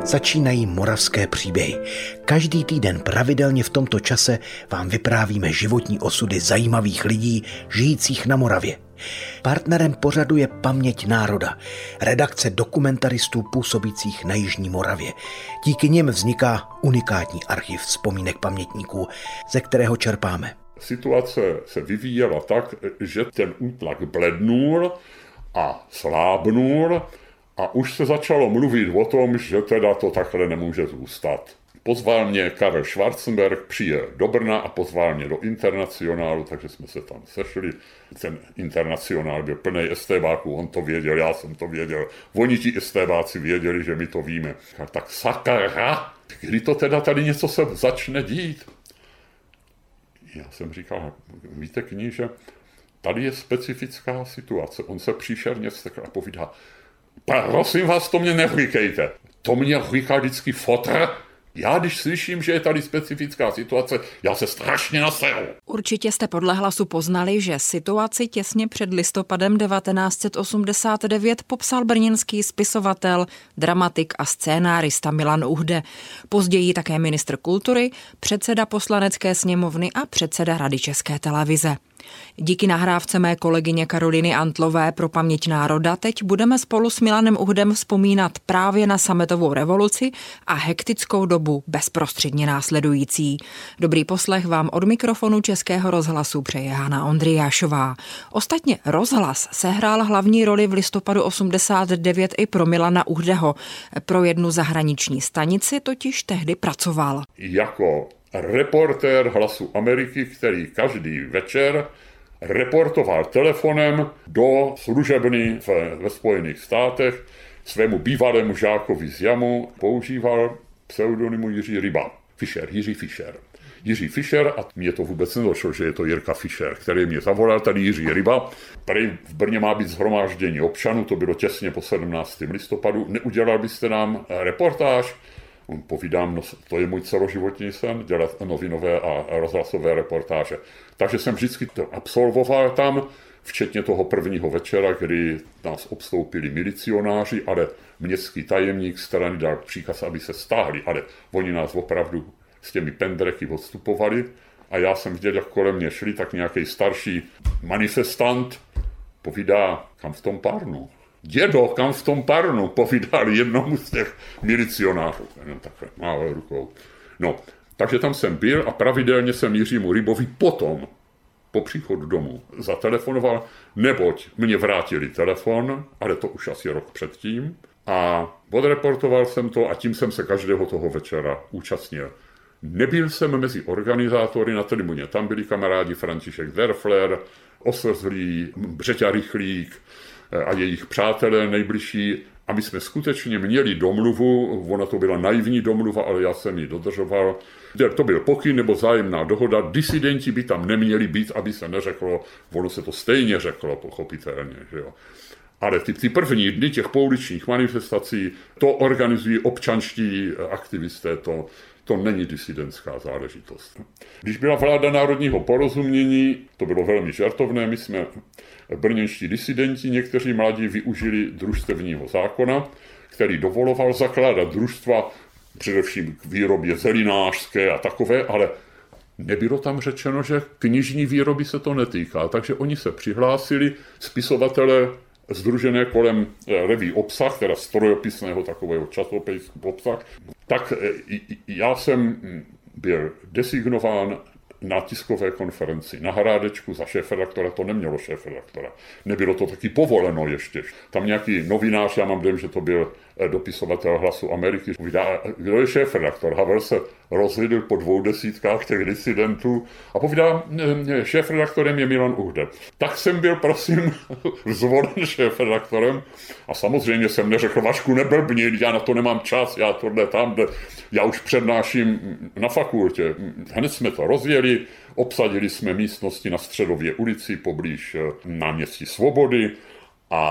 Začínají Moravské příběhy. Každý týden pravidelně v tomto čase vám vyprávíme životní osudy zajímavých lidí žijících na Moravě. Partnerem pořadu je Paměť národa, redakce dokumentaristů působících na jižní Moravě. Díky nim vzniká unikátní archiv vzpomínek pamětníků, ze kterého čerpáme. Situace se vyvíjela tak, že ten útlak blednul a slábnul a už se začalo mluvit o tom, že teda to takhle nemůže zůstat. Pozval mě Karel Schwarzenberg, přijel do Brna a pozval mě do Internacionálu, takže jsme se tam sešli. Ten Internacionál byl plný estébáků, on to věděl, já jsem to věděl. Oni ti estébáci věděli, že my to víme. Tak sakra, kdy to teda tady něco se začne dít? Já jsem říkal, víte kníže, tady je specifická situace. On se příšerně vztekl a povídá, prosím vás, to mě neříkejte. To mě říká vždycky fotr. Já, když slyším, že je tady specifická situace, já se strašně naseru. Určitě jste podle hlasu poznali, že situaci těsně před listopadem 1989 popsal brněnský spisovatel, dramatik a scénárista Milan Uhde. Později také ministr kultury, předseda Poslanecké sněmovny a předseda Rady České televize. Díky nahrávce mé kolegyně Karoliny Antlové pro Paměť národa teď budeme spolu s Milanem Uhdem vzpomínat právě na sametovou revoluci a hektickou dobu bezprostředně následující. Dobrý poslech vám od mikrofonu Českého rozhlasu přeje Hana Ondrijášová. Ostatně rozhlas sehrál hlavní roli v listopadu 89 i pro Milana Uhdeho. Pro jednu zahraniční stanici totiž tehdy pracoval. Jako reportér Hlasu Ameriky, který každý večer reportoval telefonem do služebny ve Spojených státech, svému bývalému žákovi z Jamu používal pseudonymu Jiří Ryba. Jiří Fischer, a mně to vůbec nedošlo, že je to Jirka Fischer, který mě zavolal, tady Jiří Ryba. Prej v Brně má být shromáždění občanů, to bylo těsně po 17. listopadu. Neudělal byste nám reportáž? On povídám, no, to je můj celoživotní sen, dělat novinové a rozhlasové reportáže. Takže jsem vždycky to absolvoval tam, včetně toho prvního večera, kdy nás obstoupili milicionáři, ale městský tajemník strany dal příkaz, aby se stáhli, ale oni nás opravdu s těmi pendreky odstupovali a já jsem viděl, jak kolem mě šli, tak nějaký starší manifestant povídá, kam v tom párnu. Dědo, kam v tom parnu, povídali jednomu z těch milicionářů. Jenom takhle mával rukou. No, takže tam jsem byl a pravidelně jsem Jiřímu Rybovi potom, po příchodu domů, zatelefonoval, neboť mě vrátili telefon, ale to už asi rok předtím, a odreportoval jsem to a tím jsem se každého toho večera účastnil. Nebyl jsem mezi organizátory na tribuně, tam byli kamarádi František Derfler, Oslzlý, Břeťa Rychlík a jejich přátelé nejbližší. A my jsme skutečně měli domluvu, ona to byla naivní domluva, ale já jsem ji dodržoval. To byl pokyn nebo vzájemná dohoda, disidenti by tam neměli být, aby se neřeklo, ono se to stejně řeklo, pochopitelně, že jo. Ale ty první dny těch pouličních manifestací, to organizují občanští aktivisté, to není disidentská záležitost. Když byla vláda národního porozumění, to bylo velmi žartovné, my jsme brněnští disidenti, někteří mladí využili družstevního zákona, který dovoloval zakládat družstva především k výrobě zelinářské a takové, ale nebylo tam řečeno, že knižní výroby se to netýká, takže oni se přihlásili, spisovatelé sdružené kolem reví Obsah, teda strojopisného takového časopisu Obsah, tak já jsem byl designován na tiskové konferenci na Hrádečku za šéfredaktora, to nemělo šéfredaktora. Nebylo to taky povoleno ještě. Tam nějaký novinář, já mám dojem, že to byl dopisovatel Hlasu Ameriky, povídá, kdo je šéfredaktor? Havel se rozhledl po 200 těch disidentů a povídá, šéfredaktorem je Milan Uhde. Tak jsem byl, prosím, zvolen šéfredaktorem a samozřejmě jsem neřekl, Vašku, neblbni, já na to nemám čas, já tohle tamhle, já už přednáším na fakultě. Hned jsme to rozjeli, obsadili jsme místnosti na Středově ulici poblíž náměstí Svobody a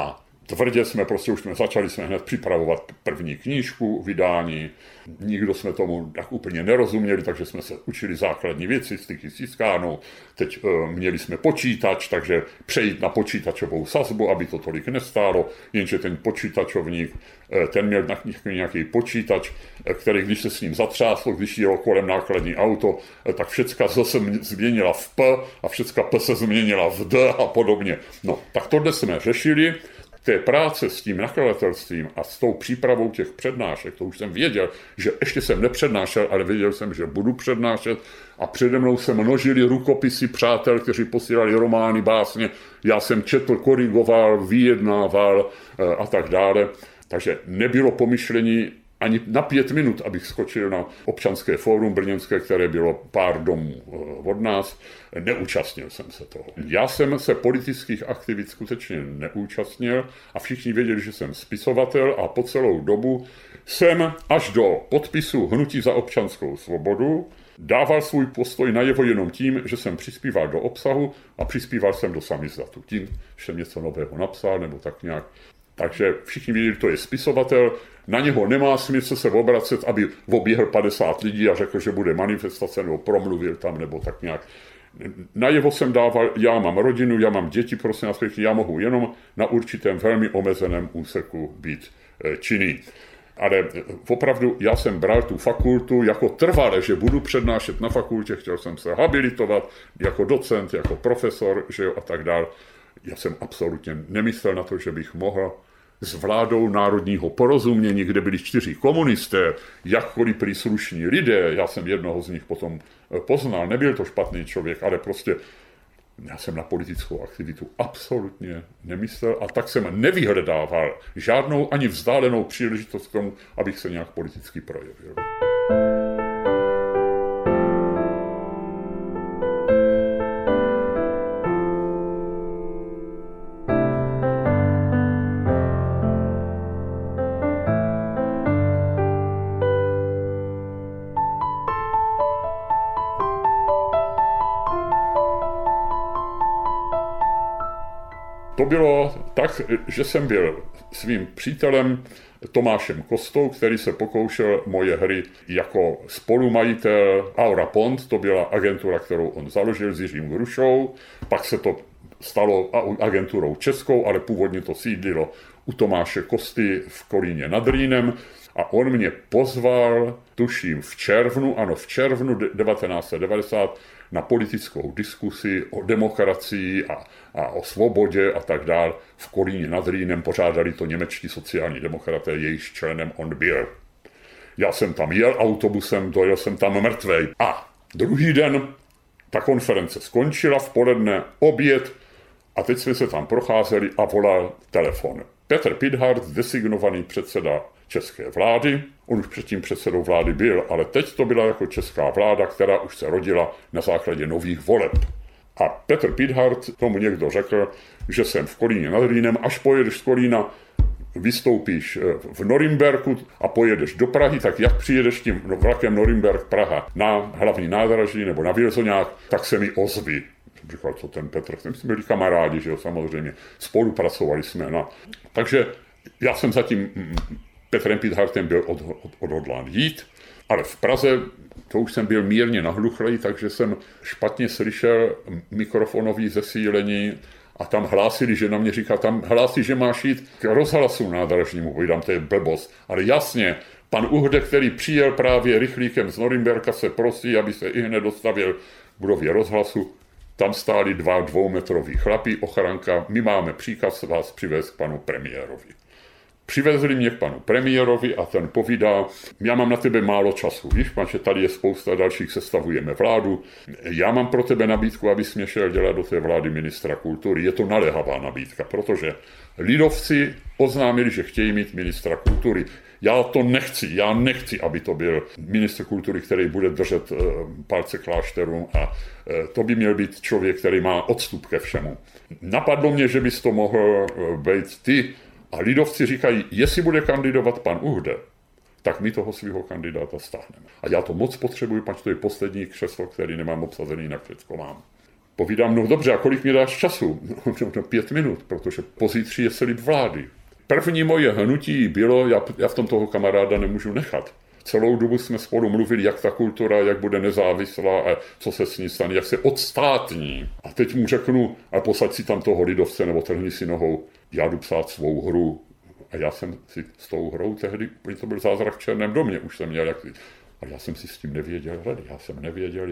Tvrdě už jsme začali hned připravovat první knížku, vydání. Nikdo jsme tomu tak úplně nerozuměli, takže jsme se učili základní věci, styky s tiskánou. Teď měli jsme počítač, takže přejít na počítačovou sazbu, aby to tolik nestálo, jenže ten počítačovník, ten měl nějaký počítač, který když se s ním zatřáslo, když jelo kolem nákladní auto, tak všecka Z se změnila v P a všecka P se změnila v D a podobně. No, tak tohle jsme řešili. Té práce s tím nakladatelstvím a s tou přípravou těch přednášek, to už jsem věděl, že ještě jsem nepřednášel, ale věděl jsem, že budu přednášet a přede mnou se množili rukopisy přátel, kteří posílali romány, básně, já jsem četl, korigoval, vyjednával a tak dále. Takže nebylo pomyšlení ani na 5 minut, abych skočil na občanské fórum brněnské, které bylo pár domů od nás. Neúčastnil jsem se toho. Já jsem se politických aktivit skutečně neúčastnil a všichni věděli, že jsem spisovatel a po celou dobu jsem až do podpisu Hnutí za občanskou svobodu dával svůj postoj najevo jenom tím, že jsem přispíval do obsahu a přispíval jsem do samizdatu. Tím, že jsem něco nového napsal nebo tak nějak. Takže všichni věděli, že to je spisovatel, na něho nemá smysl se obracet, aby oběhl 50 lidí a řekl, že bude manifestace nebo promluvil tam nebo tak nějak. Najevo jsem dával, já mám rodinu, já mám děti, prosím nás pěkně, já mohu jenom na určitém velmi omezeném úseku být činný. Ale opravdu já jsem bral tu fakultu jako trvale, že budu přednášet na fakultě, chtěl jsem se habilitovat jako docent, jako profesor, že jo, a tak dál. Já jsem absolutně nemyslel na to, že bych mohl s vládou národního porozumění, kde byli 4 komunisté, jakkoliv prý slušní lidé, já jsem jednoho z nich potom poznal, nebyl to špatný člověk, ale prostě já jsem na politickou aktivitu absolutně nemyslel a tak jsem nevyhledával žádnou ani vzdálenou příležitost k tomu, abych se nějak politicky projevil. To bylo tak, že jsem byl svým přítelem Tomášem Kostou, který se pokoušel moje hry jako spolumajitel Aura Pont, to byla agentura, kterou on založil s Jiřím Grušou, pak se to stalo agenturou českou, ale původně to sídlilo u Tomáše Kosty v Kolíně nad Rýnem a on mě pozval, tuším v červnu 1990, na politickou diskusi o demokracii a o svobodě a tak dál. V Kolíně nad Rýnem pořádali to němečtí sociální demokraté, jejichž členem on byl. Já jsem tam jel autobusem, dojel jsem tam mrtvej. A druhý den ta konference skončila, v poledne oběd a teď jsme se tam procházeli a volal telefon. Petr Pithart, designovaný předseda české vlády. On už předtím předsedou vlády byl, ale teď to byla jako česká vláda, která už se rodila na základě nových voleb. A Petr Pithart tomu někdo řekl, že jsem v Kolíně nad Rýnem, až pojedeš z Kolína, vystoupíš v Norimberku a pojedeš do Prahy, tak jak přijedeš tím vlakem Norimberk-Praha na hlavní nádraží nebo na Vilzoňák, tak se mi ozvi. Říkal, co ten Petr, my jsme byli kamarádi, že jo, samozřejmě, spolupracovali jsme. Takže já jsem zatím Petrem Pithartem byl odhodlán jít, ale v Praze to už jsem byl mírně nahluchlej, takže jsem špatně slyšel mikrofonový zesílení a tam hlásili, že na mě říká, tam hlásí, že máš jít k rozhlasu nádražnímu, povídám, to je blbost, ale jasně, pan Uhde, který přijel právě rychlíkem z Norimberka, se prosí, aby se ihned dostavil v budově rozhlasu. Tam stáli 2 dvoumetroví chlapí, ochranka, my máme příkaz vás přivést k panu premiérovi. Přivezli mě k panu premiérovi a ten povídá, já mám na tebe málo času, víš, že tady je spousta dalších, sestavujeme vládu, já mám pro tebe nabídku, abys mě šel dělat do té vlády ministra kultury, je to naléhavá nabídka, protože lidovci oznámili, že chtějí mít ministra kultury. Já nechci, aby to byl ministr kultury, který bude držet palce klášterům a to by měl být člověk, který má odstup ke všemu. Napadlo mě, že bys to mohl být ty. A lidovci říkají, jestli bude kandidovat pan Uhde, tak my toho svého kandidáta stáhneme. A já to moc potřebuji, pač to je poslední křeslo, který nemám obsazený, jinak všecko mám. Povídám, no dobře, a kolik mi dáš času? No 5 minut, protože pozítří je slib vlády. První moje hnutí bylo, já v tom toho kamaráda nemůžu nechat. Celou dobu jsme spolu mluvili, jak ta kultura, jak bude nezávislá a co se s ní stane, jak se odstátní. A teď mu řeknu, a posaď si tam toho lidovce nebo trhni si nohou, já jdu psát svou hru. A já jsem si s tou hrou tehdy, to byl zázrak v Černém domě, už jsem měl ale já jsem si s tím nevěděl rady, já jsem nevěděl,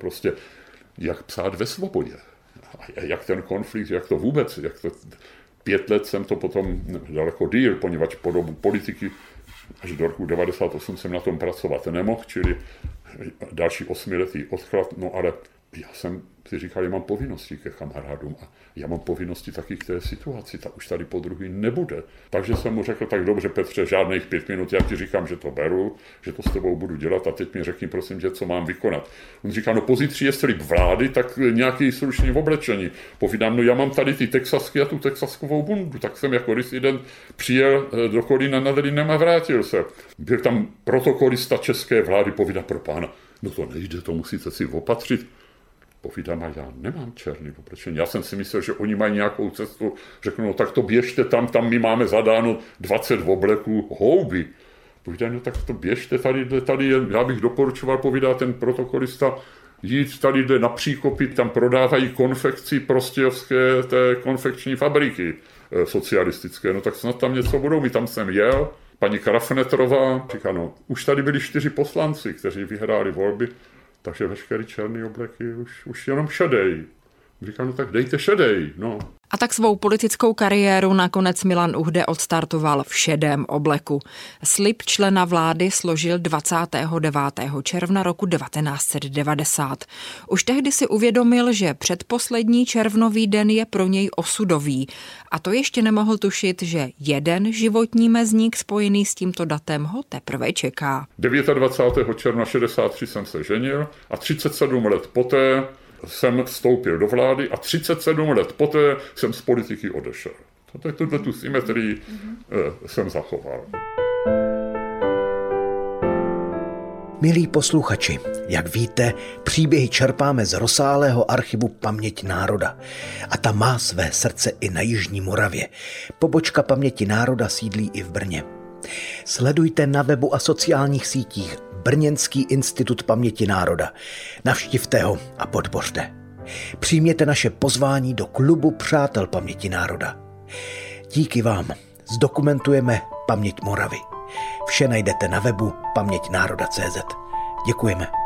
jak psát ve svobodě. A jak ten konflikt, jak to vůbec, 5 let jsem to potom daleko díl, poněvadž po dobu politiky až do roku 98 jsem na tom pracovat nemohl, čili další 8letý odklad, no ale já jsem si říkal, že mám povinnosti ke kamarádům a já mám povinnosti taky k té situaci, tak už tady po druhý nebude. Takže jsem mu řekl, tak dobře Petře, žádných 5 minut, já ti říkám, že to beru, že to s tebou budu dělat a teď mi řekni prosím tě, co mám vykonat. On říká, no pozítří je slib vlády, tak nějaký slušný oblečení. Povídám, no já mám tady ty texasky a tu texaskovou bundu, tak jsem jako disident přijel do Kolína nad Rýnem a vrátil se. Byl tam protokolista české vlády, povídá pro pána, no to nejde, to musíte si opatřit. Povídám, a já nemám černý oblečení. Já jsem si myslel, že oni mají nějakou cestu. Řeknu, no tak to běžte tam my máme zadáno 20 obleků houby. Povídám, no tak to běžte tady já bych doporučoval, povídá ten protokolista, jít tady na Příkopy, tam prodávají konfekci prostějovské té konfekční fabriky socialistické. No tak snad tam něco budou, my tam jsem jel. Paní Krafnetrová říká, no už tady byli 4 poslanci, kteří vyhráli volby, takže veškerý černý obleky už jenom šedej. Říkám, no tak dejte šedej, no. A tak svou politickou kariéru nakonec Milan Uhde odstartoval v šedém obleku. Slib člena vlády složil 29. června roku 1990. Už tehdy si uvědomil, že předposlední červnový den je pro něj osudový. A to ještě nemohl tušit, že jeden životní mezník spojený s tímto datem ho teprve čeká. 29. června 63 jsem se ženil a 37 let poté jsem vstoupil do vlády a 37 let poté jsem z politiky odešel. Tu symetrii jsem zachoval. Milí posluchači, jak víte, příběhy čerpáme z rozsáhlého archivu Paměť národa. A ta má své srdce i na Jižní Moravě. Pobočka Paměti národa sídlí i v Brně. Sledujte na webu a sociálních sítích Brněnský institut Paměti národa. Navštivte ho a podpořte. Přijměte naše pozvání do klubu Přátel Paměti národa. Díky vám zdokumentujeme paměť Moravy. Vše najdete na webu paměťnároda.cz. Děkujeme.